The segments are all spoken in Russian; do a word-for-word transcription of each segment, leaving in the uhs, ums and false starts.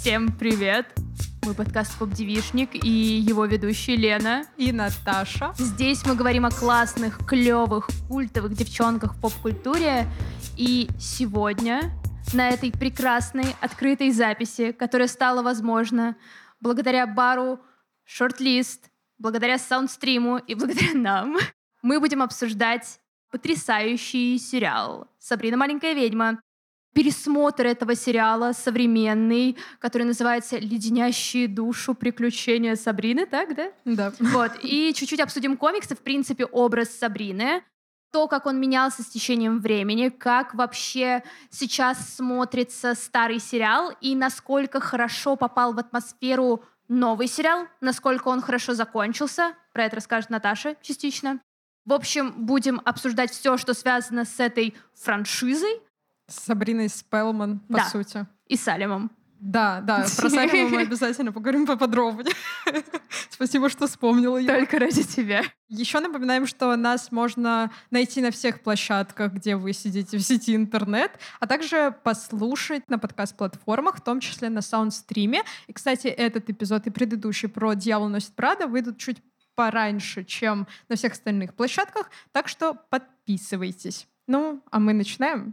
Всем привет! Мы подкаст «Поп-девишник» и его ведущие Лена и Наташа. Здесь мы говорим о классных, клевых, культовых девчонках в поп-культуре. И сегодня на этой прекрасной открытой записи, которая стала возможна благодаря бару Shortlist, благодаря саундстриму и благодаря нам, мы будем обсуждать потрясающий сериал «Сабрина маленькая ведьма». Пересмотр этого сериала современный, который называется «Леденящие душу приключения Сабрины», так, да? Да. Вот. И чуть-чуть обсудим комиксы, в принципе, образ Сабрины, то, как он менялся с течением времени, как вообще сейчас смотрится старый сериал и насколько хорошо попал в атмосферу новый сериал, насколько он хорошо закончился. Про это расскажет Наташа частично. В общем, будем обсуждать все, что связано с этой франшизой. С Сабриной Спелман, по да. сути. И Салемом. Да, да, про Салема мы обязательно поговорим поподробнее. Спасибо, что вспомнила его. Только ради тебя. Еще напоминаем, что нас можно найти на всех площадках, где вы сидите в сети интернет, а также послушать на подкаст-платформах, в том числе на саундстриме. И, кстати, этот эпизод и предыдущий про «Дьявол носит Прада» выйдут чуть пораньше, чем на всех остальных площадках, так что подписывайтесь. Ну, а мы начинаем.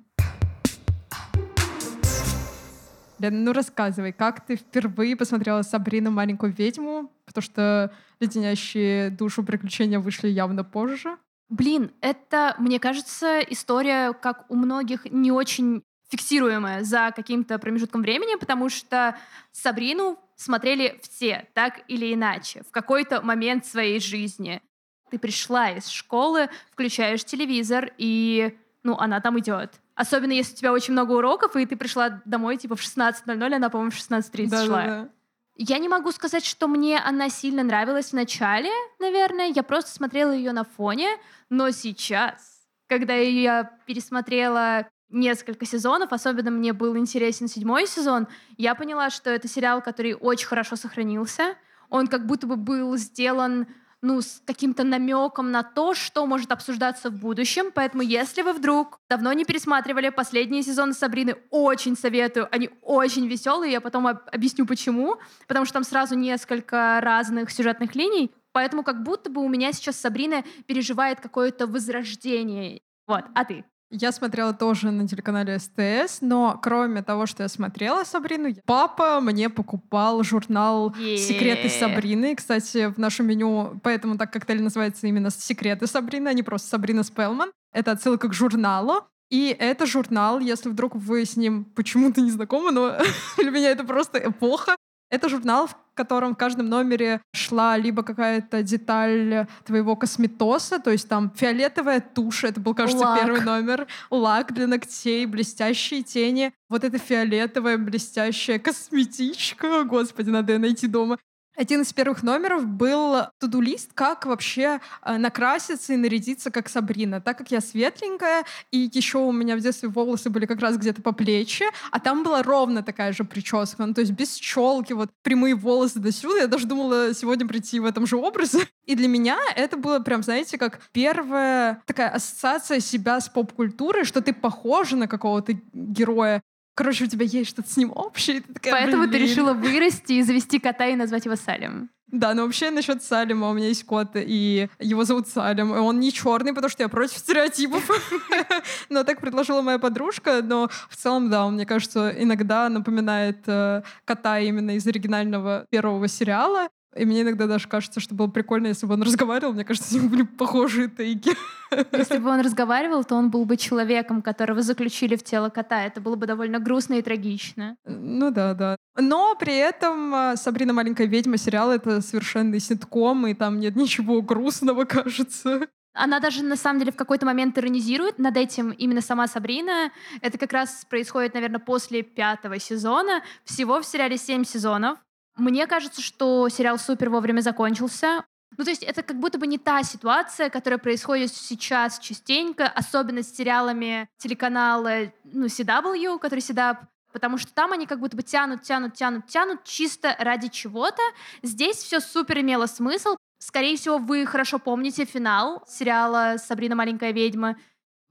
Лена, ну рассказывай, как ты впервые посмотрела «Сабрину маленькую ведьму», потому что «Леденящие душу приключения» вышли явно позже. Блин, это, мне кажется, история, как у многих, не очень фиксируемая за каким-то промежутком времени, потому что «Сабрину» смотрели все, так или иначе, в какой-то момент своей жизни. Ты пришла из школы, включаешь телевизор, и, ну, она там идет. Особенно, если у тебя очень много уроков, и ты пришла домой типа в шестнадцать ноль ноль, она, по-моему, в шестнадцать тридцать да, шла. Да, да. Я не могу сказать, что мне она сильно нравилась в начале, наверное. Я просто смотрела ее на фоне. Но сейчас, когда я пересмотрела несколько сезонов, особенно мне был интересен седьмой сезон, я поняла, что это сериал, который очень хорошо сохранился. Он как будто бы был сделан... ну, с каким-то намеком на то, что может обсуждаться в будущем. Поэтому, если вы вдруг давно не пересматривали последние сезоны Сабрины, очень советую. Они очень веселые, я потом об- объясню, почему. Потому что там сразу несколько разных сюжетных линий. Поэтому как будто бы у меня сейчас Сабрина переживает какое-то возрождение. Вот, а ты? Я смотрела тоже на телеканале СТС, но кроме того, что я смотрела Сабрину, папа мне покупал журнал Yeah. «Секреты Сабрины». Кстати, в нашем меню поэтому так коктейль называется именно «Секреты Сабрины», а не просто «Сабрина Спелман». Это отсылка к журналу. И это журнал, если вдруг вы с ним почему-то не знакомы, но для меня это просто эпоха. Это журнал, в котором в каждом номере шла либо какая-то деталь твоего косметоса, то есть там фиолетовая тушь, это был, кажется, лак. Первый номер, лак для ногтей, блестящие тени, вот эта фиолетовая блестящая косметичка, господи, надо ее найти дома. Один из первых номеров был туду-лист, как вообще э, накраситься и нарядиться, как Сабрина. Так как я светленькая, и еще у меня в детстве волосы были как раз где-то по плечи, а там была ровно такая же прическа, ну, то есть без челки, вот прямые волосы до сюда. Я даже думала сегодня прийти в этом же образе. И для меня это было прям, знаете, как первая такая ассоциация себя с поп-культурой, что ты похожа на какого-то героя. Короче, у тебя есть что-то с ним общее. Ты такая, Поэтому блин. ты решила вырасти и завести кота и назвать его Салем. Да, но вообще насчет Салема, у меня есть кот, и его зовут Салем, и он не черный, потому что я против стереотипов. Но так предложила моя подружка, но в целом, да, он, мне кажется, иногда напоминает э, кота именно из оригинального первого сериала. И мне иногда даже кажется, что было прикольно, если бы он разговаривал. Мне кажется, с ним были похожие тейки. Если бы он разговаривал, то он был бы человеком, которого заключили в тело кота. Это было бы довольно грустно и трагично. Ну да, да. Но при этом «Сабрина маленькая ведьма» сериал — это совершенный ситком, и там нет ничего грустного, кажется. Она даже, на самом деле, в какой-то момент иронизирует над этим именно сама Сабрина. Это как раз происходит, наверное, после пятого сезона. Всего в сериале семь сезонов. Мне кажется, что сериал супер вовремя закончился. Ну, то есть это как будто бы не та ситуация, которая происходит сейчас частенько, особенно с сериалами телеканала, ну, си дабл ю, который седап, потому что там они как будто бы тянут, тянут, тянут, тянут чисто ради чего-то. Здесь все супер имело смысл. Скорее всего, вы хорошо помните финал сериала «Сабрина маленькая ведьма».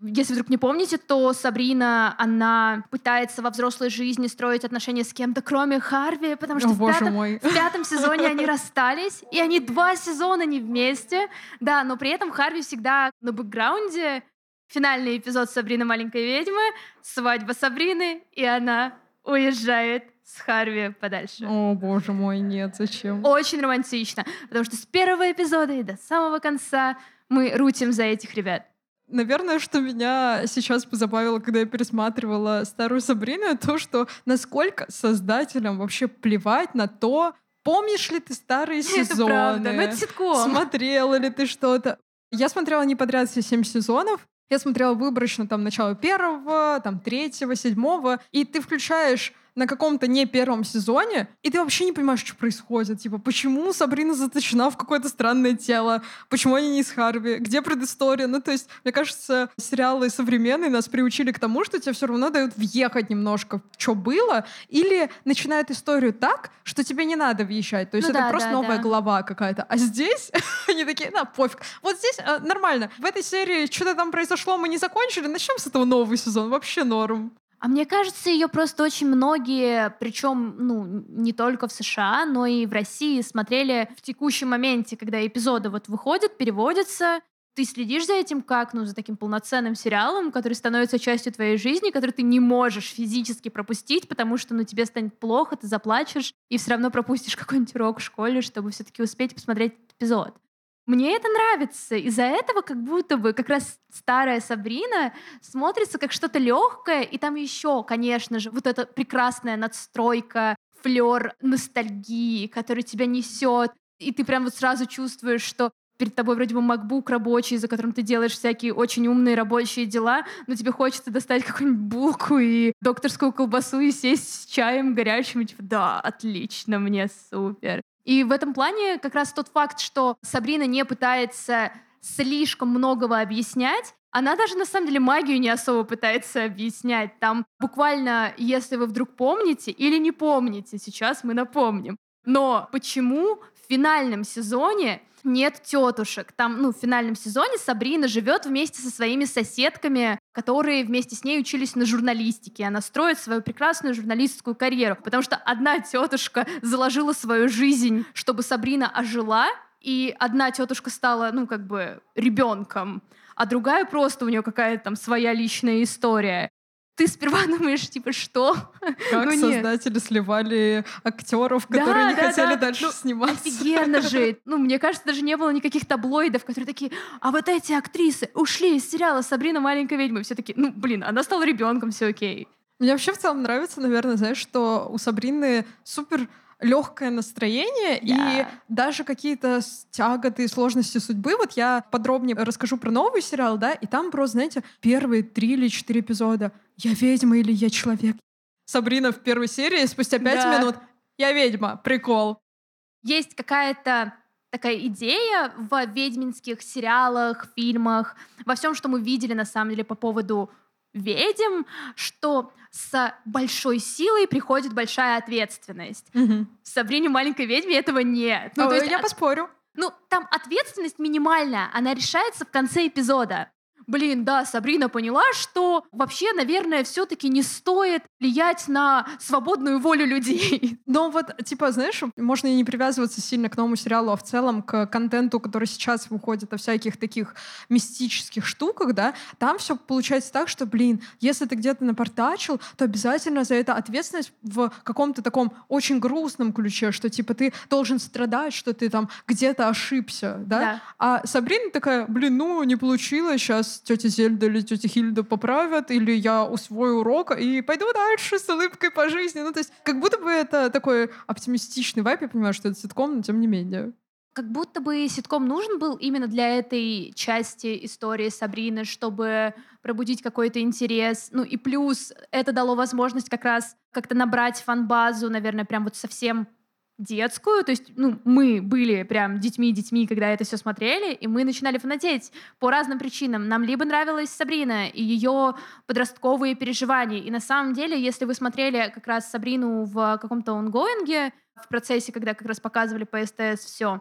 Если вдруг не помните, то Сабрина, она пытается во взрослой жизни строить отношения с кем-то, кроме Харви, потому что О, в боже пятом, мой. в пятом сезоне они расстались, и они два сезона не вместе. Да, но при этом Харви всегда на бэкграунде. Финальный эпизод «Сабрина маленькой ведьмы», свадьба Сабрины, и она уезжает с Харви подальше. О, боже мой, нет, зачем? Очень романтично, потому что с первого эпизода и до самого конца мы рутим за этих ребят. Наверное, что меня сейчас позабавило, когда я пересматривала старую Сабрину, то, что насколько создателям вообще плевать на то, помнишь ли ты старые сезоны, Это правда, но это ситком. смотрела ли ты что-то. Я смотрела не подряд все семь сезонов, я смотрела выборочно там начало первого, там третьего, седьмого, и ты включаешь на каком-то не первом сезоне, и ты вообще не понимаешь, что происходит. Типа, почему Сабрина заточена в какое-то странное тело? Почему они не с Харви? Где предыстория? Ну, то есть, мне кажется, сериалы современные нас приучили к тому, что тебе все равно дают въехать немножко, что было, или начинают историю так, что тебе не надо въезжать. То есть Ну это да, просто да, новая да. глава какая-то. А здесь они такие, на, пофиг. Вот здесь э, нормально. В этой серии что-то там произошло, мы не закончили, начнем с этого новый сезон. Вообще норм. А мне кажется, ее просто очень многие, причем, ну, не только в США, но и в России смотрели в текущем моменте, когда эпизоды вот выходят, переводятся. Ты следишь за этим как, ну, за таким полноценным сериалом, который становится частью твоей жизни, который ты не можешь физически пропустить, потому что, ну, тебе станет плохо, ты заплачешь и все равно пропустишь какой-нибудь урок в школе, чтобы все-таки успеть посмотреть этот эпизод. Мне это нравится. Из-за этого как будто бы как раз старая Сабрина смотрится как что-то легкое, и там еще, конечно же, вот эта прекрасная надстройка, флер ностальгии, который тебя несет, и ты прям вот сразу чувствуешь, что перед тобой вроде бы MacBook рабочий, за которым ты делаешь всякие очень умные рабочие дела, но тебе хочется достать какую-нибудь булку и докторскую колбасу и сесть с чаем горячим, и типа, да, отлично, мне супер. И в этом плане как раз тот факт, что Сабрина не пытается слишком многого объяснять, она даже на самом деле магию не особо пытается объяснять. Там буквально, если вы вдруг помните или не помните, сейчас мы напомним. Но почему в финальном сезоне нет тетушек? Там, ну, в финальном сезоне Сабрина живет вместе со своими соседками, которые вместе с ней учились на журналистике. Она строит свою прекрасную журналистскую карьеру, потому что одна тетушка заложила свою жизнь, чтобы Сабрина ожила, и одна тетушка стала, ну, как бы ребенком, а другая просто у нее какая-то там своя личная история. Ты сперва думаешь, типа, что? Как Ну, нет. создатели сливали актеров, которые Да, не да, хотели да. дальше Ну, сниматься. Офигенно же. Ну, мне кажется, даже не было никаких таблоидов, которые такие, а вот эти актрисы ушли из сериала «Сабрина маленькая ведьма». Все такие, ну, блин, она стала ребенком, все окей. Мне вообще в целом нравится, наверное, знаешь, что у Сабрины супер легкое настроение, Да. и даже какие-то с- тяготы и сложности судьбы. Вот я подробнее расскажу про новый сериал, да, и там просто, знаете, первые три или четыре эпизода «Я ведьма» или «Я человек». Сабрина в первой серии спустя пять Да. минут «Я ведьма». Прикол. Есть какая-то такая идея в ведьминских сериалах, фильмах, во всем, что мы видели, на самом деле, по поводу ведьм, что с большой силой приходит большая ответственность. Мгм. В «Сабрине маленькой ведьме» этого нет. Ну, О, то есть я от- поспорю. Ну, там ответственность минимальная, она решается в конце эпизода. Блин, да, Сабрина поняла, что вообще, наверное, все-таки не стоит влиять на свободную волю людей. Но вот, типа, знаешь, можно и не привязываться сильно к новому сериалу, а в целом к контенту, который сейчас выходит о всяких таких мистических штуках, да, там все получается так, что, блин, если ты где-то напортачил, то обязательно за это ответственность в каком-то таком очень грустном ключе, что, типа, ты должен страдать, что ты там где-то ошибся, да? Да. А Сабрина такая, блин, ну, не получилось, сейчас тетя Зельда или тетя Хильда поправят, или я усвою урок и пойду дальше с улыбкой по жизни. Ну, то есть, как будто бы это такой оптимистичный вайб, я понимаю, что это ситком, но тем не менее. Как будто бы ситком нужен был именно для этой части истории Сабрины, чтобы пробудить какой-то интерес. Ну и плюс это дало возможность как раз как-то набрать фан-базу, наверное, прям вот совсем детскую. То есть, ну, мы были прям детьми-детьми, когда это все смотрели, и мы начинали фанатеть по разным причинам. Нам либо нравилась Сабрина и ее подростковые переживания. И на самом деле, если вы смотрели как раз Сабрину в каком-то онгоинге, в процессе, когда как раз показывали по СТС все,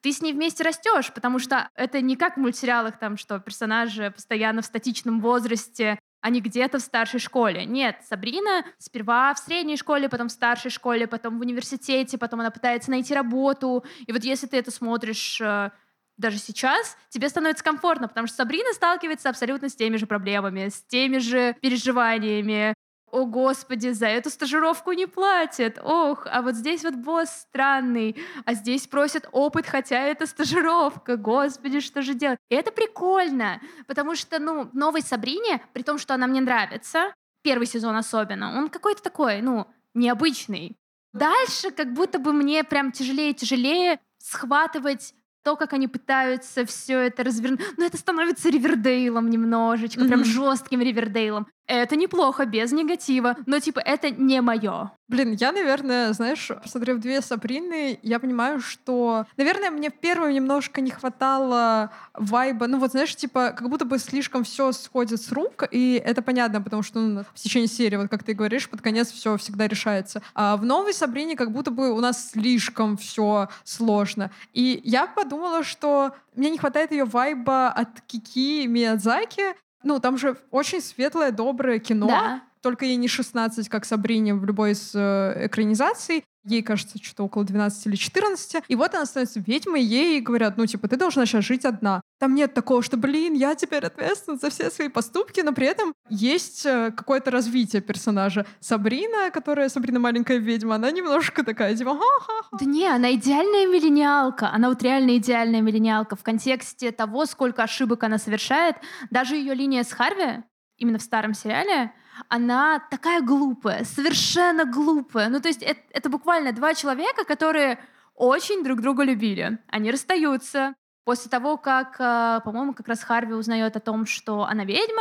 ты с ней вместе растешь, потому что это не как в мультсериалах, там, что персонажи постоянно в статичном возрасте, они где-то в старшей школе. Нет, Сабрина сперва в средней школе, потом в старшей школе, потом в университете, потом она пытается найти работу. И вот если ты это смотришь э, даже сейчас, тебе становится комфортно, потому что Сабрина сталкивается абсолютно с теми же проблемами, с теми же переживаниями. О, Господи, за эту стажировку не платят. Ох, а вот здесь вот босс странный, а здесь просят опыт, хотя это стажировка. Господи, что же делать? И это прикольно, потому что, ну, новой Сабрине, при том, что она мне нравится, первый сезон особенно, он какой-то такой, ну, необычный. Дальше как будто бы мне прям тяжелее и тяжелее схватывать то, как они пытаются все это развернуть. Но это становится Ривердейлом немножечко, mm-hmm. прям жестким Ривердейлом. Это неплохо, без негатива, но типа это не мое. Блин, я, наверное, знаешь, посмотрев две Сабрины, я понимаю, что, наверное, мне в первом немножко не хватало вайба. Ну вот, знаешь, типа, как будто бы слишком все сходит с рук, и это понятно, потому что ну, в течение серии, вот как ты говоришь, под конец все всегда решается. А в новой Сабрине как будто бы у нас слишком все сложно. И я подумала, что мне не хватает ее вайба от Кики Миядзаки. Ну, там же очень светлое, доброе кино. Да. Только ей не шестнадцать, как Сабрине в любой из э, экранизаций. Ей, кажется, что-то около двенадцати или четырнадцати. И вот она становится ведьмой, и ей говорят, ну, типа, ты должна сейчас жить одна. Там нет такого, что, блин, я теперь ответственна за все свои поступки, но при этом есть э, какое-то развитие персонажа. Сабрина, которая Сабрина маленькая ведьма, она немножко такая, типа, ха-ха-ха. Да не, она идеальная миллениалка. Она вот реально идеальная миллениалка в контексте того, сколько ошибок она совершает. Даже ее линия с Харви, именно в старом сериале, она такая глупая, совершенно глупая. Ну, то есть это, это буквально два человека, которые очень друг друга любили. Они расстаются после того, как, э, по-моему, как раз Харви узнает о том, что она ведьма,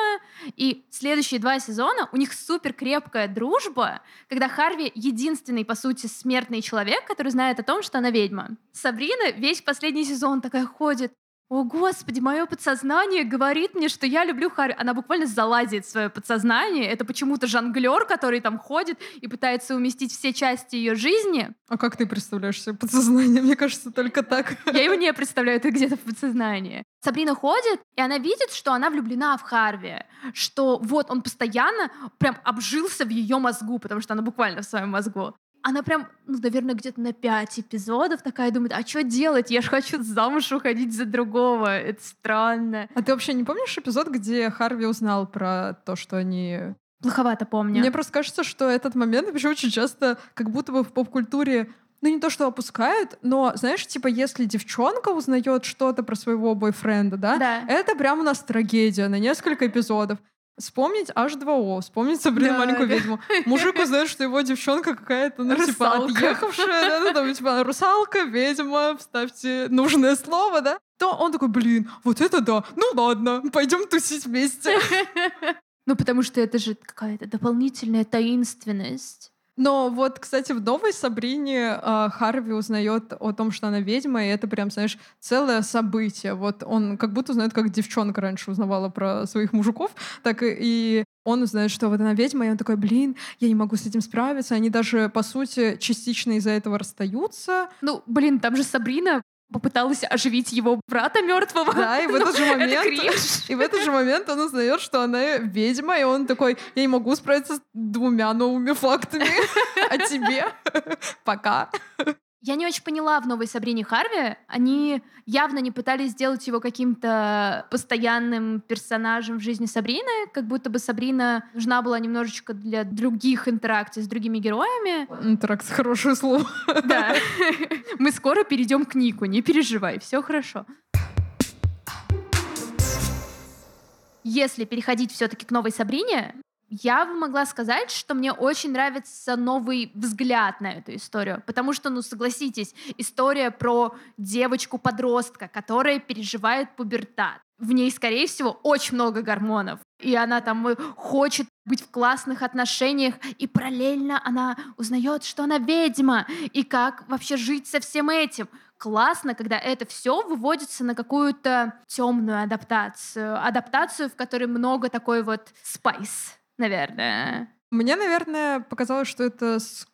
и следующие два сезона у них супер крепкая дружба, когда Харви единственный, по сути, смертный человек, который знает о том, что она ведьма. Сабрина весь последний сезон такая ходит, о, Господи, мое подсознание говорит мне, что я люблю Харви. Она буквально залазит в свое подсознание. Это почему-то жонглер, который там ходит и пытается уместить все части ее жизни. А как ты представляешь себе подсознание? Мне кажется, только так. Я его не представляю, это где-то в подсознании. Сабрина ходит, и она видит, что она влюблена в Харви. Что вот он постоянно прям обжился в ее мозгу, потому что она буквально в своем мозгу. Она прям, ну, наверное, где-то на пять эпизодов такая думает, а что делать? Я же хочу замуж уходить за другого. Это странно. А ты вообще не помнишь эпизод, где Харви узнал про то, что они... Плоховато помню. Мне просто кажется, что этот момент вообще очень часто как будто бы в поп-культуре ну, не то, что опускают, но, знаешь, типа, если девчонка узнает что-то про своего бойфренда, да, да. это прям у нас трагедия на несколько эпизодов. Вспомнить эйч два о, вспомнить Сабрину да, маленькую да. ведьму. Мужик узнает, что его девчонка какая-то, ну, русалка. Типа, отъехавшая, да, ну, там, типа, русалка, ведьма, вставьте нужное слово, да. То он такой, блин, вот это да, ну ладно, пойдем тусить вместе. Ну, потому что это же какая-то дополнительная таинственность. Но вот, кстати, в новой Сабрине э, Харви узнает о том, что она ведьма, и это прям, знаешь, целое событие. Вот он как будто узнает, как девчонка раньше узнавала про своих мужиков, так и, и он узнает, что вот она ведьма, и он такой, блин, я не могу с этим справиться. Они даже, по сути, частично из-за этого расстаются. Ну, блин, там же Сабрина попыталась оживить его брата мертвого. Да, и в этот же момент, и в этот же момент он узнает, что она ведьма, и он такой, я не могу справиться с двумя новыми фактами о тебе. Пока. Я не очень поняла в новой Сабрине Харви. Они явно не пытались сделать его каким-то постоянным персонажем в жизни Сабрины, как будто бы Сабрина нужна была немножечко для других интеракций с другими героями. Интеракция — хорошее слово. Да. Мы скоро перейдем к Нику, не переживай, все хорошо. Если переходить все-таки к новой Сабрине, я бы могла сказать, что мне очень нравится новый взгляд на эту историю. Потому что, ну, согласитесь, история про девочку-подростка, которая переживает пубертат. В ней, скорее всего, очень много гормонов. И она там хочет быть в классных отношениях, и параллельно она узнает, что она ведьма, и как вообще жить со всем этим. Классно, когда это все выводится на какую-то темную адаптацию. Адаптацию, в которой много такой вот спайс. Наверное. Мне, наверное, показалось, что это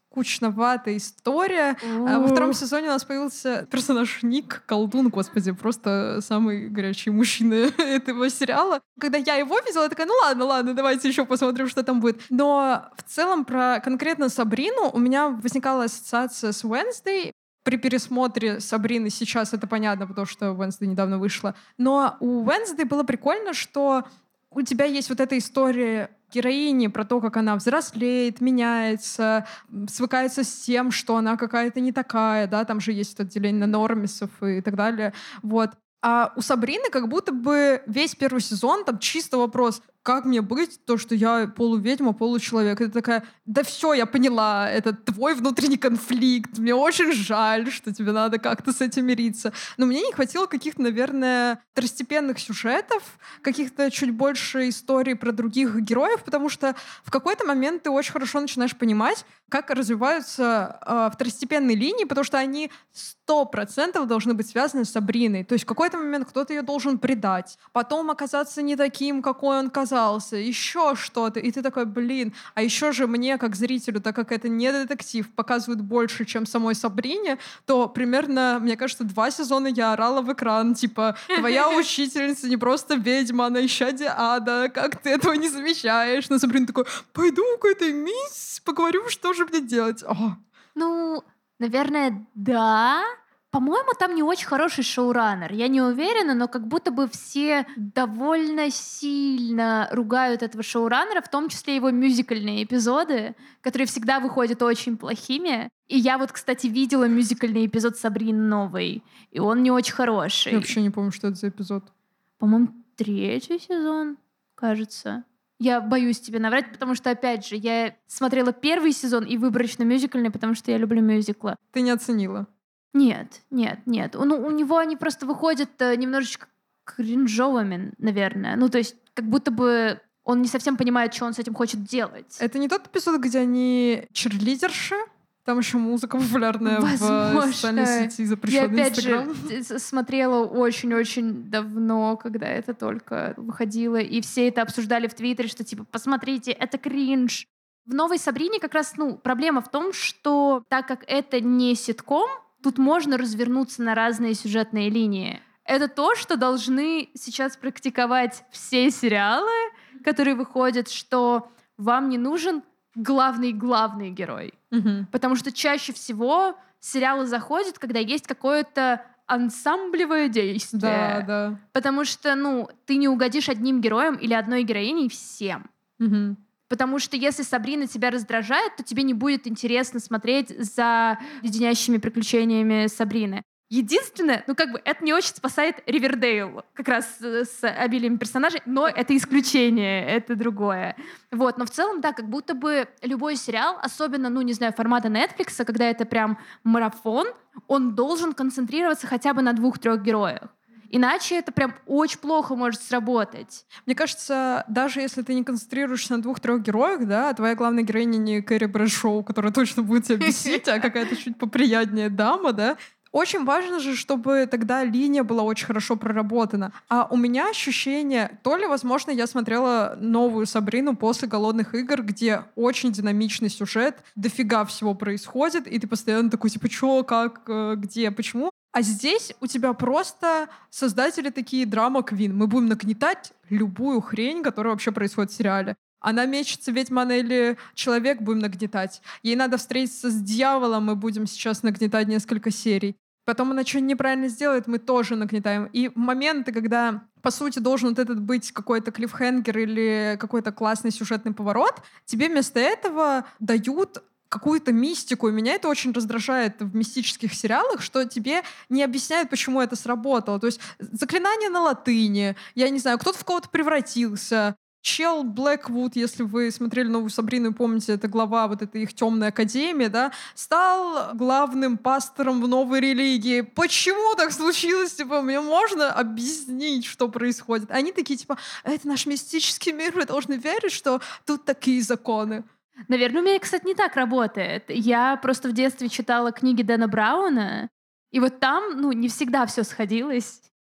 скучноватая история. А во втором сезоне у нас появился персонаж Ник, колдун, господи, просто самый горячий мужчина этого сериала. Когда я его видела, я такая, ну ладно, ладно, давайте еще посмотрим, что там будет. Но в целом про конкретно Сабрину у меня возникала ассоциация с Wednesday. При пересмотре Сабрины сейчас это понятно, потому что Wednesday недавно вышла. Но у Wednesday было прикольно, что у тебя есть вот эта история героини про то, как она взрослеет, меняется, свыкается с тем, что она какая-то не такая, да, там же есть это деление на нормисов и так далее, вот. А у Сабрины как будто бы весь первый сезон там чисто вопрос, как мне быть, то, что я полуведьма, получеловек. Это такая, да все, я поняла, это твой внутренний конфликт, мне очень жаль, что тебе надо как-то с этим мириться. Но мне не хватило каких-то, наверное, второстепенных сюжетов, каких-то чуть больше историй про других героев, потому что в какой-то момент ты очень хорошо начинаешь понимать, как развиваются э, второстепенные линии, потому что они сто процентов должны быть связаны с Сабриной. То есть в какой-то момент кто-то ее должен предать, потом оказаться не таким, какой он казался, еще что-то. И ты такой, блин, а еще же мне, как зрителю, так как это не детектив, показывают больше, чем самой Сабрине, то примерно, мне кажется, два сезона я орала в экран, типа, твоя учительница не просто ведьма, она исчадие ада, как ты этого не замечаешь? Но Сабрина такой, пойду к этой мисс, поговорю, что же мне делать. О. Ну, наверное, да. По-моему, там не очень хороший шоураннер. Я не уверена, но как будто бы все довольно сильно ругают этого шоураннера, в том числе его мюзикальные эпизоды, которые всегда выходят очень плохими. И я вот, кстати, видела мюзикальный эпизод Сабрины новый, и он не очень хороший. Я вообще не помню, что это за эпизод. По-моему, третий сезон, кажется. Я боюсь тебе наврать, потому что, опять же, я смотрела первый сезон и выборочно мюзикальный, потому что я люблю мюзиклы. Ты не оценила? Нет, нет, нет. Ну, у него они просто выходят э, немножечко кринжовыми, наверное. Ну, то есть, как будто бы он не совсем понимает, что он с этим хочет делать. Это не тот эпизод, где они черлидерши? Там еще музыка популярная Возможно. в социальной сети, запрещенной Я опять Инстаграм. же смотрела очень-очень давно, когда это только выходило, и все это обсуждали в Твиттере, что типа, посмотрите, это кринж. В новой Сабрине как раз, ну, проблема в том, что так как это не ситком, тут можно развернуться на разные сюжетные линии. Это то, что должны сейчас практиковать все сериалы, которые выходят, что вам не нужен главный-главный герой. Угу. Потому что чаще всего сериалы заходят, когда есть какое-то ансамблевое действие. Да, да. Потому что, ну, ты не угодишь одним героем или одной героиней всем. Угу. Потому что если Сабрина тебя раздражает, то тебе не будет интересно смотреть за леденящими приключениями Сабрины. Единственное, ну как бы это не очень спасает Ривердейл, как раз с обилием персонажей, но это исключение, это другое. Вот, но в целом, да, как будто бы любой сериал, особенно, ну не знаю, формата Netflix, когда это прям марафон, он должен концентрироваться хотя бы на двух-трех героях. Иначе это прям очень плохо может сработать. Мне кажется, даже если ты не концентрируешься на двух-трех героях, да, твоя главная героиня не Кэрри Брэдшоу, которая точно будет тебя бесить, а какая-то чуть поприятнее дама, да, очень важно же, чтобы тогда линия была очень хорошо проработана. А у меня ощущение, то ли, возможно, я смотрела новую Сабрину после «Голодных игр», где очень динамичный сюжет, дофига всего происходит, и ты постоянно такой, типа, чё, как, где, почему? А здесь у тебя просто создатели такие драма-квин. Мы будем нагнетать любую хрень, которая вообще происходит в сериале. Она мечется, ведьма она или человек, будем нагнетать. Ей надо встретиться с дьяволом, мы будем сейчас нагнетать несколько серий. Потом она что-нибудь неправильно сделает, мы тоже нагнетаем. И моменты, когда, по сути, должен вот этот быть какой-то клиффхенгер или какой-то классный сюжетный поворот, тебе вместо этого дают какую-то мистику, и меня это очень раздражает в мистических сериалах, что тебе не объясняют, почему это сработало. То есть заклинание на латыни, я не знаю, кто-то в кого-то превратился. Чел Блэквуд, если вы смотрели «Новую Сабрину» и помните, это глава вот этой их темной академии, да, стал главным пастором в новой религии. Почему так случилось? Типа, мне можно объяснить, что происходит? Они такие, типа, это наш мистический мир, вы должны верить, что тут такие законы. Наверное, у меня, кстати, не так работает. Я просто в детстве читала книги Дэна Брауна, и вот там, ну, не всегда все сходилось.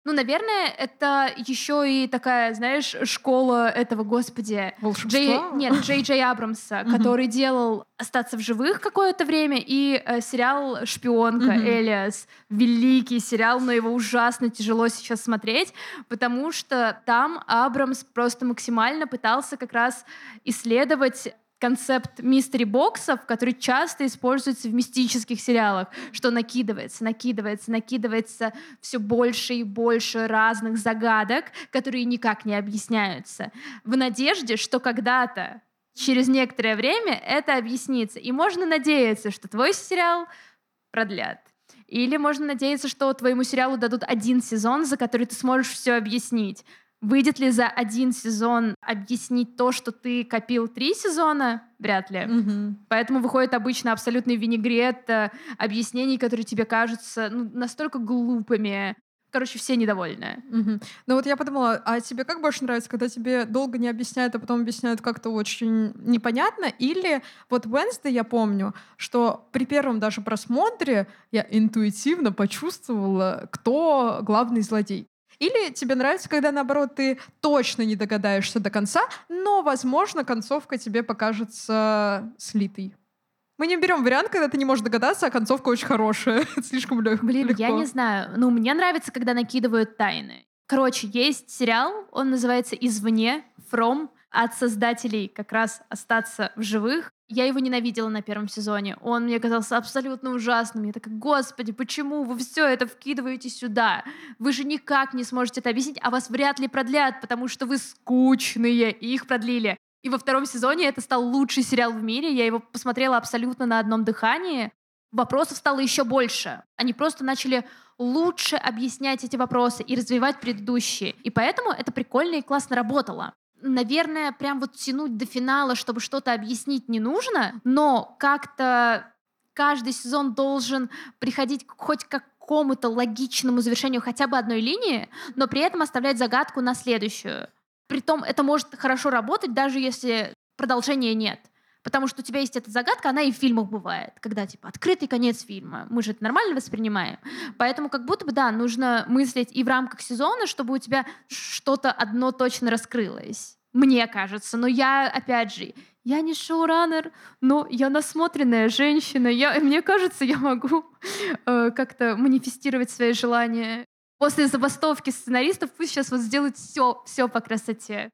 Ну, наверное, это еще и такая, знаешь, школа этого, господи, Волшебства? Джей, нет, Джей Джей Абрамса, который делал «Остаться в живых» какое-то время и э, сериал «Шпионка» Мгм. Элиас. Великий сериал, но его ужасно тяжело сейчас смотреть, потому что там Абрамс просто максимально пытался как раз исследовать концепт мистери-боксов, который часто используется в мистических сериалах, что накидывается, накидывается, накидывается все больше и больше разных загадок, которые никак не объясняются, в надежде, что когда-то, через некоторое время, это объяснится. И можно надеяться, что твой сериал продлят. Или можно надеяться, что твоему сериалу дадут один сезон, за который ты сможешь все объяснить. Выйдет ли за один сезон объяснить то, что ты копил три сезона? Вряд ли. Мгм. Поэтому выходит обычно абсолютный винегрет э, объяснений, которые тебе кажутся ну, настолько глупыми. Короче, все недовольны. Мгм. Ну вот я подумала, а тебе как больше нравится, когда тебе долго не объясняют, а потом объясняют как-то очень непонятно? Или вот Wednesday я помню, что при первом даже просмотре я интуитивно почувствовала, кто главный злодей. Или тебе нравится, когда, наоборот, ты точно не догадаешься до конца, но, возможно, концовка тебе покажется слитой. Мы не берем вариант, когда ты не можешь догадаться, а концовка очень хорошая. Слишком лег- Блин, легко. я не знаю. Ну, мне нравится, когда накидывают тайны. Короче, есть сериал, он называется «Извне», «From», от создателей как раз «Остаться в живых». Я его ненавидела на первом сезоне. Он мне казался абсолютно ужасным. Я такая, господи, почему вы все это вкидываете сюда? Вы же никак не сможете это объяснить, а вас вряд ли продлят, потому что вы скучные, и их продлили. И во втором сезоне это стал лучший сериал в мире. Я его посмотрела абсолютно на одном дыхании. Вопросов стало еще больше. Они просто начали лучше объяснять эти вопросы и развивать предыдущие. И поэтому это прикольно и классно работало. Наверное, прям вот тянуть до финала, чтобы что-то объяснить, не нужно, но как-то каждый сезон должен приходить хоть к какому-то логичному завершению хотя бы одной линии, но при этом оставлять загадку на следующую. Притом это может хорошо работать, даже если продолжения нет. Потому что у тебя есть эта загадка, она и в фильмах бывает, когда типа открытый конец фильма. Мы же это нормально воспринимаем. Поэтому как будто бы, да, нужно мыслить и в рамках сезона, чтобы у тебя что-то одно точно раскрылось. Мне кажется. Но я, опять же, я не шоураннер, но я насмотренная женщина. Я, мне кажется, я могу э, как-то манифестировать свои желания. После забастовки сценаристов пусть сейчас вот сделают все, все по красоте.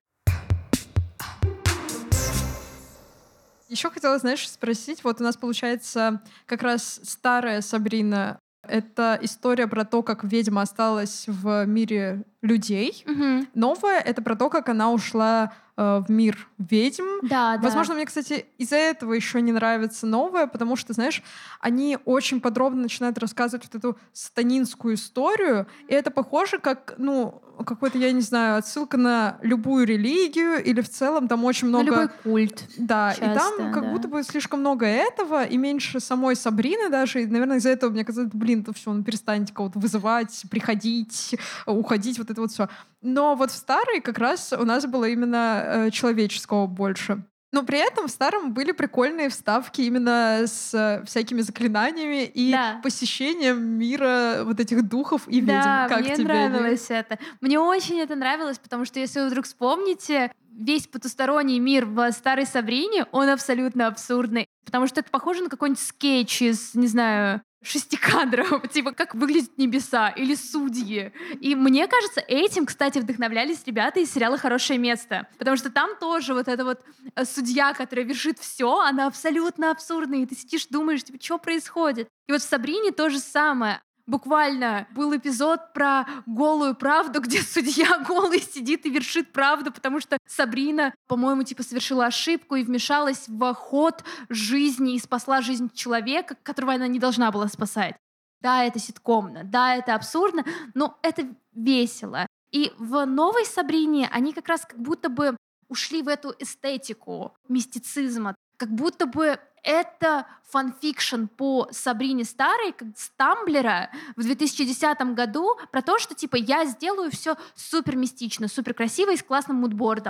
Еще хотела, знаешь, спросить, вот у нас получается как раз старая Сабрина. Это история про то, как ведьма осталась в мире людей. Мгм. Новая — это про то, как она ушла э, в мир ведьм. Да, да. Возможно, мне, кстати, из-за этого еще не нравится новое, потому что, знаешь, они очень подробно начинают рассказывать вот эту сатанинскую историю, и это похоже как, ну, какой-то, я не знаю, отсылка на любую религию, или в целом там очень На много... любой культ. Да, и там Часто, как да. будто бы слишком много этого, и меньше самой Сабрины даже. И, наверное, из-за этого мне казалось, блин, то все, он перестанет кого-то вызывать, приходить, уходить, вот это вот все. Но вот в старой как раз у нас было именно э, человеческого больше. Но при этом в старом были прикольные вставки именно с э, всякими заклинаниями и Да. посещением мира вот этих духов и ведьм. Да, Как мне тебе нравилось это. Мне очень это нравилось, потому что если вы вдруг вспомните, весь потусторонний мир в старой Сабрине, он абсолютно абсурдный. Потому что это похоже на какой-нибудь скетч из, не знаю, шести кадров, типа как выглядят небеса или судьи. И мне кажется, этим, кстати, вдохновлялись ребята из сериала «Хорошее место». Потому что там тоже вот эта вот э, судья, которая вершит все, она абсолютно абсурдная. И ты сидишь, думаешь, типа, что происходит? И вот в «Сабрине» то же самое. Буквально был эпизод про голую правду, где судья голый сидит и вершит правду, потому что Сабрина, по-моему, типа совершила ошибку и вмешалась в ход жизни и спасла жизнь человека, которого она не должна была спасать. Да, это ситкомно, да, это абсурдно, но это весело. И в новой Сабрине они как раз как будто бы ушли в эту эстетику мистицизма, как будто бы это фанфикшн по Сабрине старой, как с Тамблера в две тысячи десятом году, про то, что типа я сделаю все супер мистично, супер красиво и с классным мудбордом.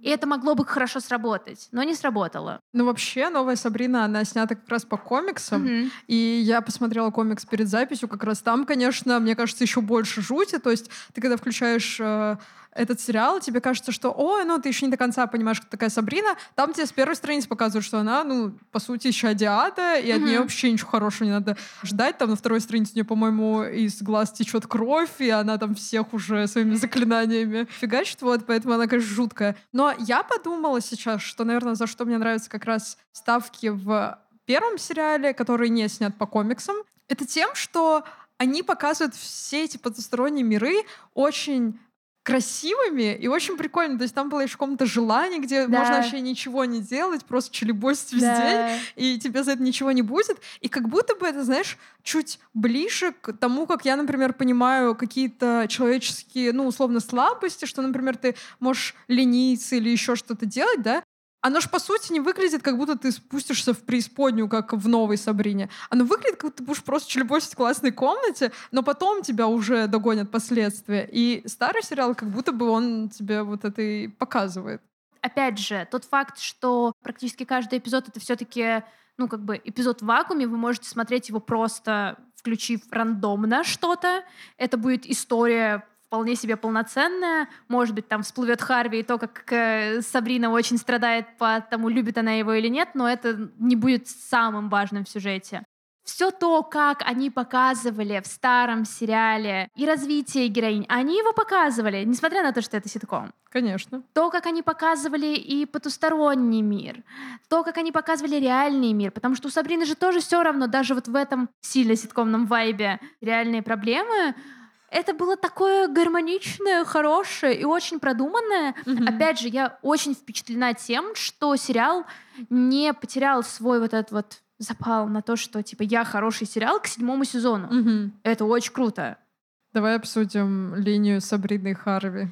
И это могло бы хорошо сработать, но не сработало. Ну, вообще, новая Сабрина, она снята как раз по комиксам. Мгм. И я посмотрела комикс перед записью, как раз там, конечно, мне кажется, еще больше жути. То есть ты, когда включаешь э, этот сериал, тебе кажется, что, ой, ну ты еще не до конца понимаешь, кто такая Сабрина. Там тебе с первой страницы показывают, что она, ну, по сути, еще ада, и от Мгм. нее вообще ничего хорошего не надо ждать. Там на второй странице у нее, по-моему, из глаз течет кровь, и она там всех уже своими заклинаниями фигачит, вот, поэтому она, конечно, жуткая. Но я подумала сейчас, что, наверное, за что мне нравятся как раз ставки в первом сериале, который не снят по комиксам, это тем, что они показывают все эти потусторонние миры очень красивыми и очень прикольно. То есть там было еще какое-то желание, где Да. можно вообще ничего не делать, просто чилибосить весь Да. день, и тебе за это ничего не будет. И как будто бы это, знаешь, чуть ближе к тому, как я, например, понимаю какие-то человеческие, ну, условно, слабости, что, например, ты можешь лениться или еще что-то делать, да, оно ж, по сути, не выглядит, как будто ты спустишься в преисподнюю, как в новой Сабрине. Оно выглядит, как будто ты будешь просто чилибосить в классной комнате, но потом тебя уже догонят последствия. И старый сериал, как будто бы он тебе вот это и показывает. Опять же, тот факт, что практически каждый эпизод — это все-таки, ну, как бы эпизод в вакууме, вы можете смотреть его просто включив рандомно что-то. Это будет история вполне себе полноценная. Может быть, там всплывет Харви и то, как э, Сабрина очень страдает по тому, любит она его или нет, но это не будет самым важным в сюжете. Все то, как они показывали в старом сериале и развитие героинь, они его показывали, несмотря на то, что это ситком. Конечно. То, как они показывали и потусторонний мир, то, как они показывали реальный мир, потому что у Сабрины же тоже все равно, даже вот в этом сильно ситкомном вайбе реальные проблемы, это было такое гармоничное, хорошее и очень продуманное. Мгм. Опять же, я очень впечатлена тем, что сериал не потерял свой вот этот вот запал на то, что типа я хороший сериал к седьмому сезону. Мгм. Это очень круто. Давай обсудим линию Сабрины и Харви.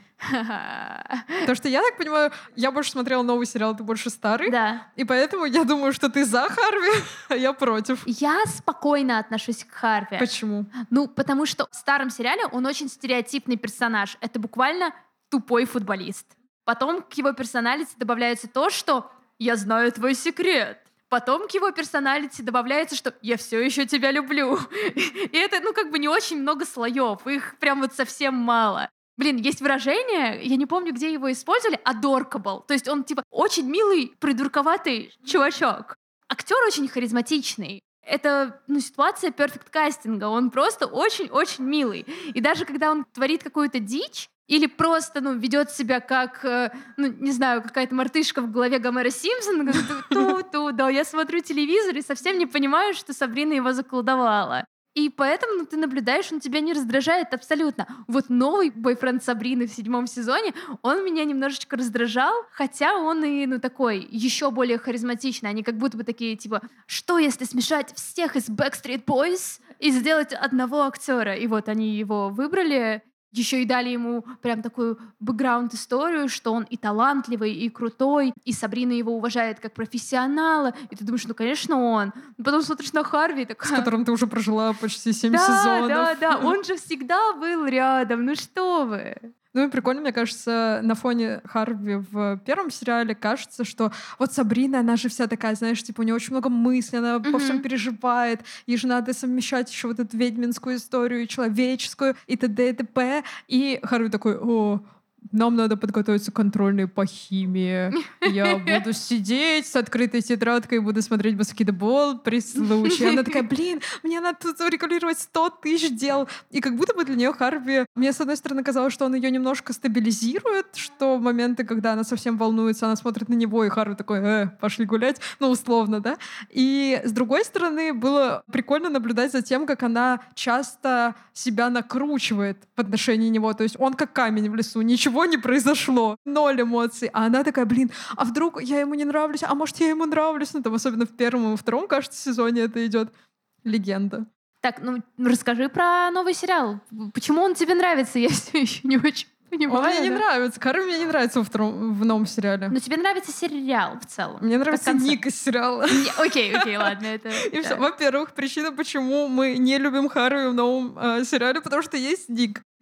Потому что, я так понимаю, я больше смотрела новый сериал, ты больше старый. Да. И поэтому я думаю, что ты за Харви, а я против. Я спокойно отношусь к Харви. Почему? Ну, потому что в старом сериале он очень стереотипный персонаж. Это буквально тупой футболист. Потом к его персоналити добавляется то, что «я знаю твой секрет». Потом к его персоналити добавляется, что «я все еще тебя люблю». И это, ну, как бы не очень много слоев. Их прям вот совсем мало. Блин, есть выражение, я не помню, где его использовали, adorkable. То есть он, типа, очень милый, придурковатый чувачок. Актер очень харизматичный. Это, ну, ситуация перфект кастинга. Он просто очень-очень милый. И даже когда он творит какую-то дичь, или просто, ну, ведет себя как, э, ну, не знаю, какая-то мартышка в голове Гомера Симпсона, ту-ту, да, я смотрю телевизор и совсем не понимаю, что Сабрина его заколдовала. И поэтому, ну, ты наблюдаешь, он тебя не раздражает абсолютно. Вот новый бойфренд Сабрины в седьмом сезоне, он меня немножечко раздражал, хотя он и, ну, такой, еще более харизматичный. Они как будто бы такие, типа, что если смешать всех из Backstreet Boys и сделать одного актера? И вот они его выбрали, еще и дали ему прям такую бэкграунд-историю, что он и талантливый, и крутой, и Сабрина его уважает как профессионала. И ты думаешь, ну, конечно, он. Но потом смотришь на Харви и такая... С которым ты уже прожила почти семь да, сезонов. Да, да, он же всегда был рядом, ну что вы. Ну и прикольно, мне кажется, на фоне Харви в первом сериале кажется, что вот Сабрина, она же вся такая, знаешь, типа у нее очень много мыслей, она Мгм. по всем переживает, ей же надо совмещать еще вот эту ведьминскую историю, и человеческую, и т.д. и т.п. И Харви такой: о, нам надо подготовиться к контрольной по химии. Я буду сидеть с открытой тетрадкой и буду смотреть баскетбол при случае. Она такая: блин, мне надо тут урегулировать сто тысяч дел. И как будто бы для нее Харви... Мне, с одной стороны, казалось, что он ее немножко стабилизирует, что в моменты, когда она совсем волнуется, она смотрит на него, и Харви такой: э, пошли гулять. Ну, условно, да? И с другой стороны, было прикольно наблюдать за тем, как она часто себя накручивает в отношении него. То есть он как камень в лесу, ничего не произошло, ноль эмоций. А она такая: блин, а вдруг я ему не нравлюсь, а может, я ему нравлюсь? Ну, там, особенно в первом и втором, кажется, сезоне это идет. Легенда. Так, ну расскажи про новый сериал. Почему он тебе нравится? Я все еще не очень понимаю. Он мне не да. нравится. Харви мне не нравится во втором, в новом сериале. Но тебе нравится сериал в целом? Мне нравится концепт. Ник из сериала. Не, Окей, окей, ладно, это... И да. все. Во-первых, причина, почему мы не любим Харви в новом э, сериале, потому что есть Ник.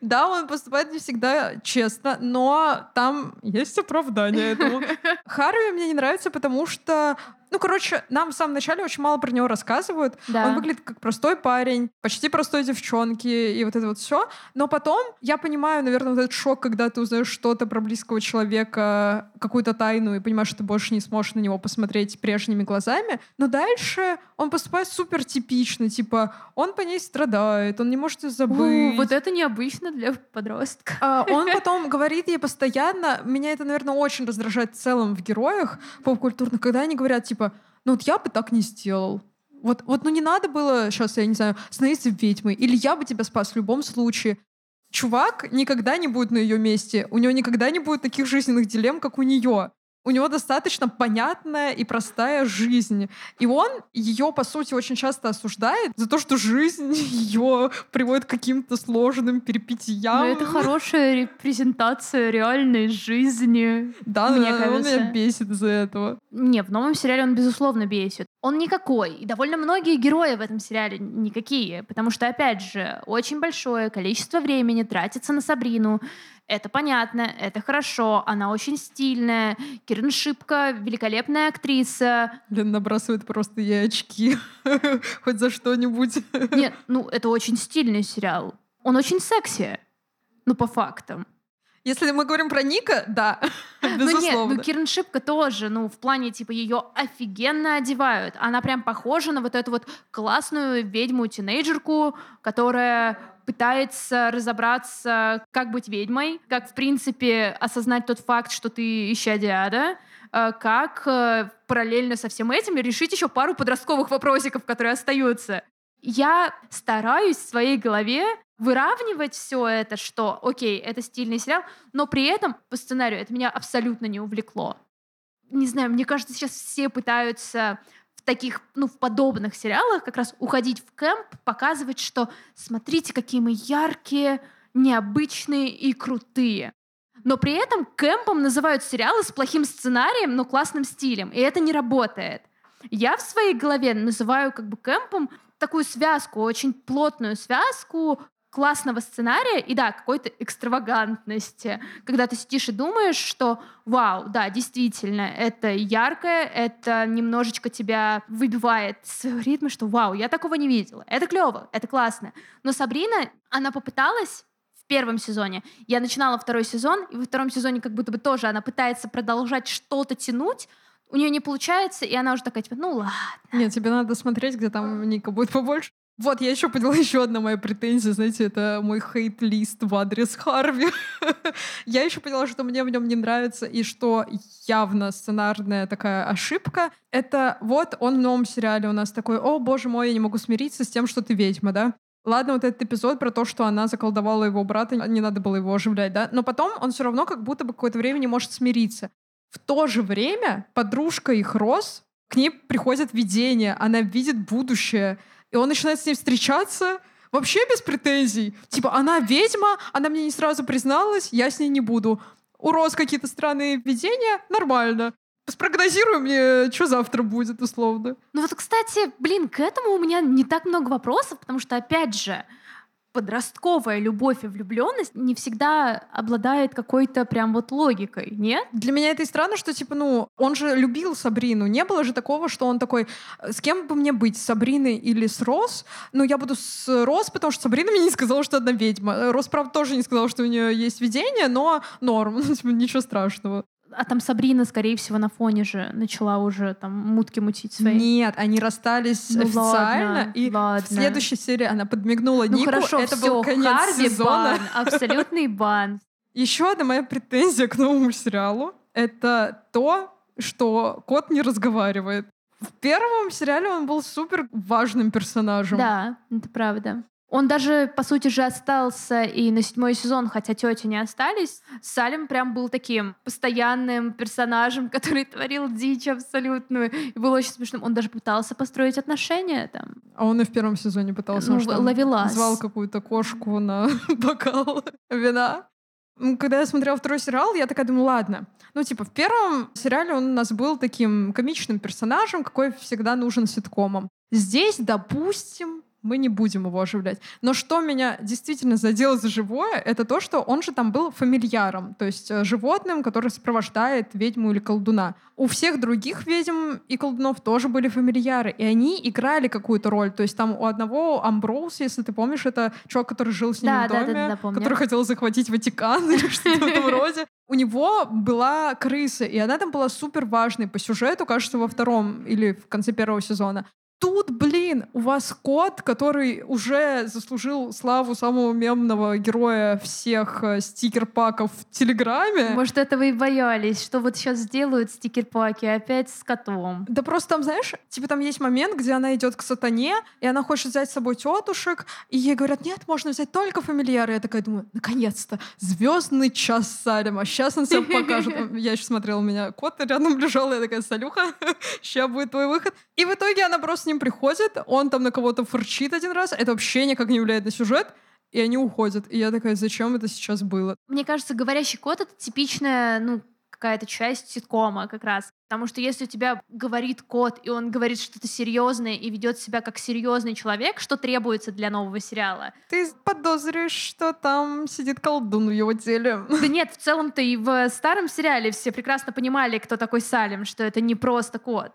Да, он поступает не всегда честно, но там есть оправдание этому. Харви мне не нравится, потому что, ну, короче, нам в самом начале очень мало про него рассказывают. Да. Он выглядит как простой парень, почти простой девчонки, и вот это вот все. Но потом я понимаю, наверное, вот этот шок, когда ты узнаешь что-то про близкого человека, какую-то тайну, и понимаешь, что ты больше не сможешь на него посмотреть прежними глазами. Но дальше он поступает супер типично, типа, он по ней страдает, он не может ее забыть. У, вот это необычно для подростка. А, он потом говорит ей постоянно, меня это, наверное, очень раздражает в целом в героях поп-культурных, когда они говорят, типа, ну вот я бы так не сделал. Вот, вот ну не надо было сейчас, я не знаю, становиться ведьмой, или я бы тебя спас в любом случае. Чувак никогда не будет на ее месте, у него никогда не будет таких жизненных дилемм, как у нее. У него достаточно понятная и простая жизнь. И он ее, по сути, очень часто осуждает за то, что жизнь ее приводит к каким-то сложным перипетиям. Но это хорошая репрезентация реальной жизни. Да, мне но кажется. он меня бесит из-за этого. Не, в новом сериале он, безусловно, бесит. Он никакой. И довольно многие герои в этом сериале никакие. Потому что, опять же, очень большое количество времени тратится на Сабрину. Это понятно, это хорошо, она очень стильная. Кирен Шипка — великолепная актриса. Блин, набрасывает просто ей очки. Хоть за что-нибудь. Нет, ну это очень стильный сериал. Он очень секси. Ну, по фактам. Если мы говорим про Ника, да, безусловно. Ну нет, ну Кирен Шипка тоже, ну в плане типа ее офигенно одевают. Она прям похожа на вот эту вот классную ведьму-тинейджерку, которая пытается разобраться, как быть ведьмой, как, в принципе, осознать тот факт, что ты исчадие ада, э, как э, параллельно со всем этим решить еще пару подростковых вопросиков, которые остаются. Я стараюсь в своей голове выравнивать все это, что, окей, это стильный сериал, но при этом по сценарию это меня абсолютно не увлекло. Не знаю, мне кажется, сейчас все пытаются в таких, ну, в подобных сериалах как раз уходить в кэмп, показывать, что смотрите, какие мы яркие, необычные и крутые. Но при этом кэмпом называют сериалы с плохим сценарием, но классным стилем, и это не работает. Я в своей голове называю как бы кэмпом такую связку, очень плотную связку классного сценария и, да, какой-то экстравагантности, когда ты сидишь и думаешь, что вау, да, действительно, это яркое, это немножечко тебя выбивает из своего ритма, что вау, я такого не видела. Это клево, это классно. Но Сабрина, она попыталась в первом сезоне. Я начинала второй сезон, и во втором сезоне как будто бы тоже она пытается продолжать что-то тянуть, у нее не получается, и она уже такая, типа, ну ладно. Нет, тебе надо смотреть, где там Ника будет побольше. Вот, я еще поняла еще одна моя претензия, знаете, это мой хейт-лист в адрес Харви. Я еще поняла, что мне в нем не нравится, и что явно сценарная такая ошибка. Это вот он в новом сериале у нас такой, о, боже мой, я не могу смириться с тем, что ты ведьма, да? Ладно, вот этот эпизод про то, что она заколдовала его брата, не надо было его оживлять, да? Но потом он все равно как будто бы какое-то время не может смириться. В то же время подружка их Роз, к ней приходит видение, она видит будущее, и он начинает с ней встречаться вообще без претензий. Типа, она ведьма, она мне не сразу призналась, я с ней не буду. У Роз какие-то странные видения, нормально. Спрогнозируй мне, что завтра будет, условно. Ну вот, кстати, блин, к этому у меня не так много вопросов, потому что, опять же, подростковая любовь и влюбленность не всегда обладает какой-то прям вот логикой, нет? Для меня это и странно, что, типа, ну, он же любил Сабрину. Не было же такого, что он такой, с кем бы мне быть, с Сабриной или с Роз? Ну, я буду с Роз, потому что Сабрина мне не сказала, что она ведьма. Роз, правда, тоже не сказала, что у нее есть видение, но норм, ничего страшного. А там Сабрина, скорее всего, на фоне же начала уже там мутки мутить свои. Нет, они расстались ну, официально, ладно, и ладно. в следующей серии она подмигнула ну, Нику. Хорошо, это всё, был конец Харви сезона. Бан, абсолютный бан. Еще одна моя претензия к новому сериалу — это то, что кот не разговаривает. В первом сериале он был супер важным персонажем. Да, это правда. Он даже, по сути же, остался и на седьмой сезон, хотя тети не остались. Салем прям был таким постоянным персонажем, который творил дичь абсолютную. И было очень смешным. Он даже пытался построить отношения там. А он и в первом сезоне пытался. Ну, он там ловелас. звал какую-то кошку на бокал вина. Когда я смотрела второй сериал, я такая думаю, ладно. Ну, типа, в первом сериале он у нас был таким комичным персонажем, какой всегда нужен ситкомом. Здесь, допустим, мы не будем его оживлять. Но что меня действительно задело за живое, это то, что он же там был фамильяром, то есть э, животным, который сопровождает ведьму или колдуна. У всех других ведьм и колдунов тоже были фамильяры, и они играли какую-то роль. То есть там у одного Амброуз, если ты помнишь, это чувак, который жил с ними Да, в да, доме, да, да, помню. который хотел захватить Ватикан или что-то в этом роде. У него была крыса, и она там была супер важной по сюжету, кажется, во втором или в конце первого сезона. Тут, блин, у вас кот, который уже заслужил славу самого мемного героя всех э, стикер-паков в Телеграме. Может, этого и боялись, что вот сейчас сделают стикер-паки опять с котом. Да просто там, знаешь, типа там есть момент, где она идет к сатане, и она хочет взять с собой тетушек, и ей говорят, нет, можно взять только фамильяры. Я такая думаю, наконец-то, звездный час Салема, сейчас он себя покажет. Я еще смотрела, у меня кот рядом лежал, я такая, Салюха, сейчас будет твой выход. И в итоге она просто с ним приходит, он там на кого-то фырчит один раз, это вообще никак не влияет на сюжет, и они уходят. И я такая, зачем это сейчас было? Мне кажется, говорящий кот — это типичная, ну, какая-то часть ситкома как раз. Потому что если у тебя говорит кот, и он говорит что-то серьезное и ведет себя как серьезный человек, что требуется для нового сериала? Ты подозрюешь, что там сидит колдун в его теле. Да нет, в целом-то и в старом сериале все прекрасно понимали, кто такой Салем, что это не просто кот.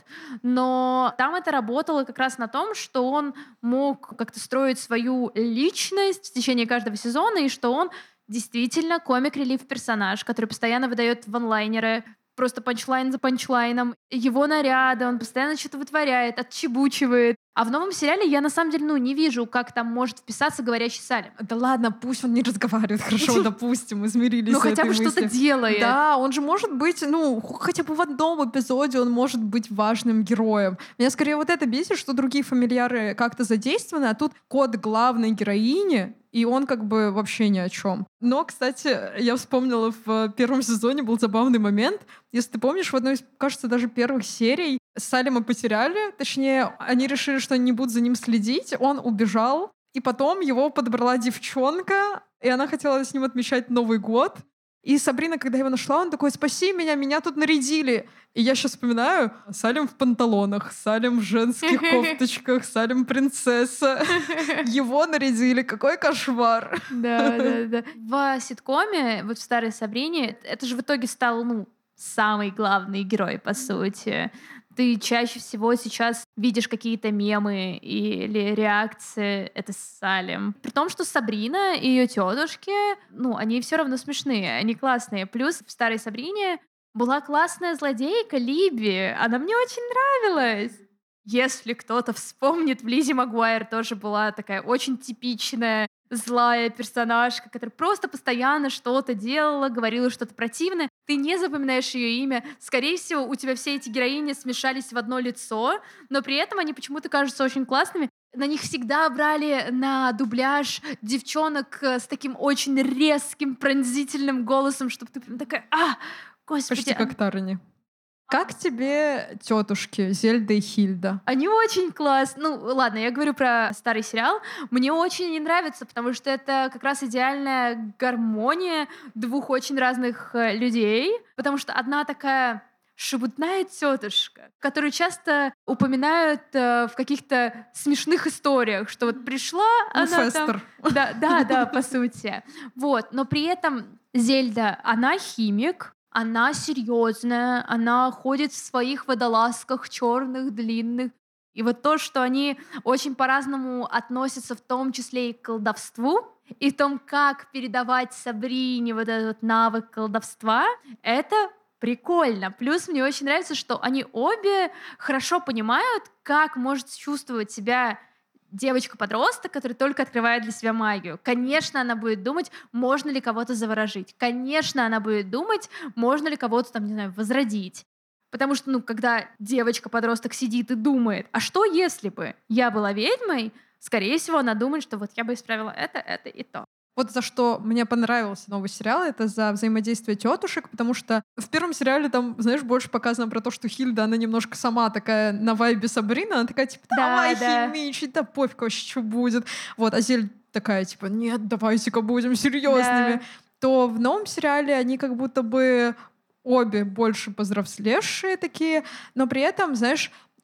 Но там это работало как раз на том, что он мог как-то строить свою личность в течение каждого сезона, и что он действительно комик-релив персонаж, который постоянно выдает ванлайнеры, просто панчлайн за панчлайном. Его наряды, он постоянно что-то вытворяет, отчебучивает. А в новом сериале я на самом деле ну, не вижу, как там может вписаться говорящий Салем. Да ладно, пусть он не разговаривает, хорошо, допустим, мы смирились Ну с хотя этой бы что-то мыслью. делает. Да, он же может быть, ну, хотя бы в одном эпизоде он может быть важным героем. Меня скорее вот это бесит, что другие фамильяры как-то задействованы, а тут кот главной героини, и он как бы вообще ни о чем. Но, кстати, я вспомнила, в первом сезоне был забавный момент. Если ты помнишь, в одной из, кажется, даже первых серий Салема потеряли, точнее, они решили, что они не будут за ним следить, он убежал, и потом его подобрала девчонка, и она хотела с ним отмечать Новый год. И Сабрина, когда его нашла, он такой, спаси меня, меня тут нарядили. И я сейчас вспоминаю, Салем в панталонах, Салем в женских кофточках, Салем принцесса. Его нарядили, какой кошмар. Да, да, да. В ситкоме, вот в старой Сабрине, это же в итоге стал, ну, самый главный герой, по сути. Ты чаще всего сейчас видишь какие-то мемы или реакции, это с Салем. При том, что Сабрина и ее тетушки, ну, они все равно смешные, они классные. Плюс в старой Сабрине была классная злодейка Либи, она мне очень нравилась. Если кто-то вспомнит, в Лиззи Магуайр тоже была такая очень типичная злая персонажка, которая просто постоянно что-то делала, говорила что-то противное. Ты не запоминаешь ее имя. Скорее всего, у тебя все эти героини смешались в одно лицо, но при этом они почему-то кажутся очень классными. На них всегда брали на дубляж девчонок с таким очень резким, пронзительным голосом, чтобы ты прям такая, а, господи. Почти как Тарни. Как тебе тетушки Зельда и Хильда? Они очень классные. Ну, ладно, я говорю про старый сериал. Мне очень не нравится, потому что это как раз идеальная гармония двух очень разных э, людей. Потому что одна такая шебутная тетушка, которую часто упоминают э, в каких-то смешных историях, что вот пришла Ну, она Фестер. там... Да, да, да, по сути. Вот. Но при этом Зельда, она химик, она серьезная, она ходит в своих водолазках черных, длинных. И вот то, что они очень по-разному относятся, в том числе и к колдовству, и в том, как передавать Сабрине вот этот вот навык колдовства, это прикольно. Плюс мне очень нравится, что они обе хорошо понимают, как может чувствовать себя девочка-подросток, которая только открывает для себя магию. Конечно, она будет думать, можно ли кого-то заворожить. Конечно, она будет думать, можно ли кого-то там, не знаю, возродить. Потому что, ну, когда девочка-подросток сидит и думает, а что если бы я была ведьмой, скорее всего, она думает, что вот я бы исправила это, это и то. Вот за что мне понравился новый сериал, это за взаимодействие тетушек, потому что в первом сериале там, знаешь, больше показано про то, что Хильда, она немножко сама такая на вайбе Сабрина, она такая, типа, давай, Да, да. химичить, да пофиг вообще, что будет. Вот, а Зель такая, типа, нет, давайте-ка будем серьезными. Да. То в новом сериале они как будто бы обе больше повзрослевшие такие, но при этом, знаешь,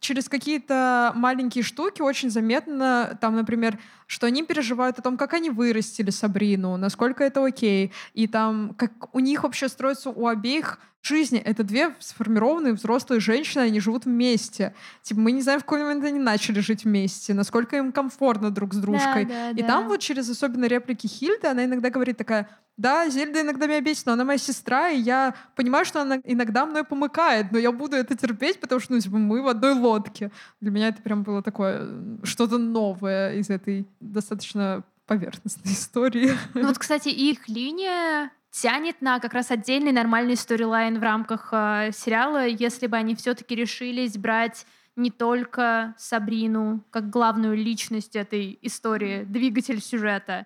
через какие-то маленькие штуки очень заметно, там, например, что они переживают о том, как они вырастили Сабрину, насколько это окей, и там, как у них вообще строится у обеих жизни. Это две сформированные взрослые женщины, они живут вместе. Типа, мы не знаем, в какой момент они начали жить вместе, насколько им комфортно друг с дружкой. Да, да, и да. там вот через особенно реплики Хильды она иногда говорит такая: да, Зельда иногда меня бесит, но она моя сестра, и я понимаю, что она иногда мной помыкает, но я буду это терпеть, потому что, ну, типа, мы в одной лодке. Для меня это прям было такое, что-то новое из этой достаточно поверхностной истории. Ну вот, кстати, их линия тянет на как раз отдельный нормальный сторилайн в рамках э, сериала, если бы они все-таки решились брать не только Сабрину как главную личность этой истории, двигатель сюжета.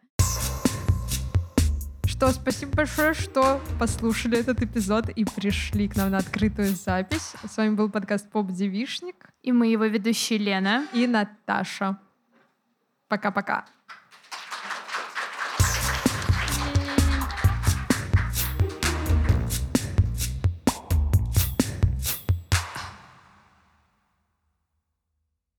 Что, спасибо большое, что послушали этот эпизод и пришли к нам на открытую запись. С вами был подкаст «Поп-девишник». И мы его ведущие Лена И Наташа. Пока-пока.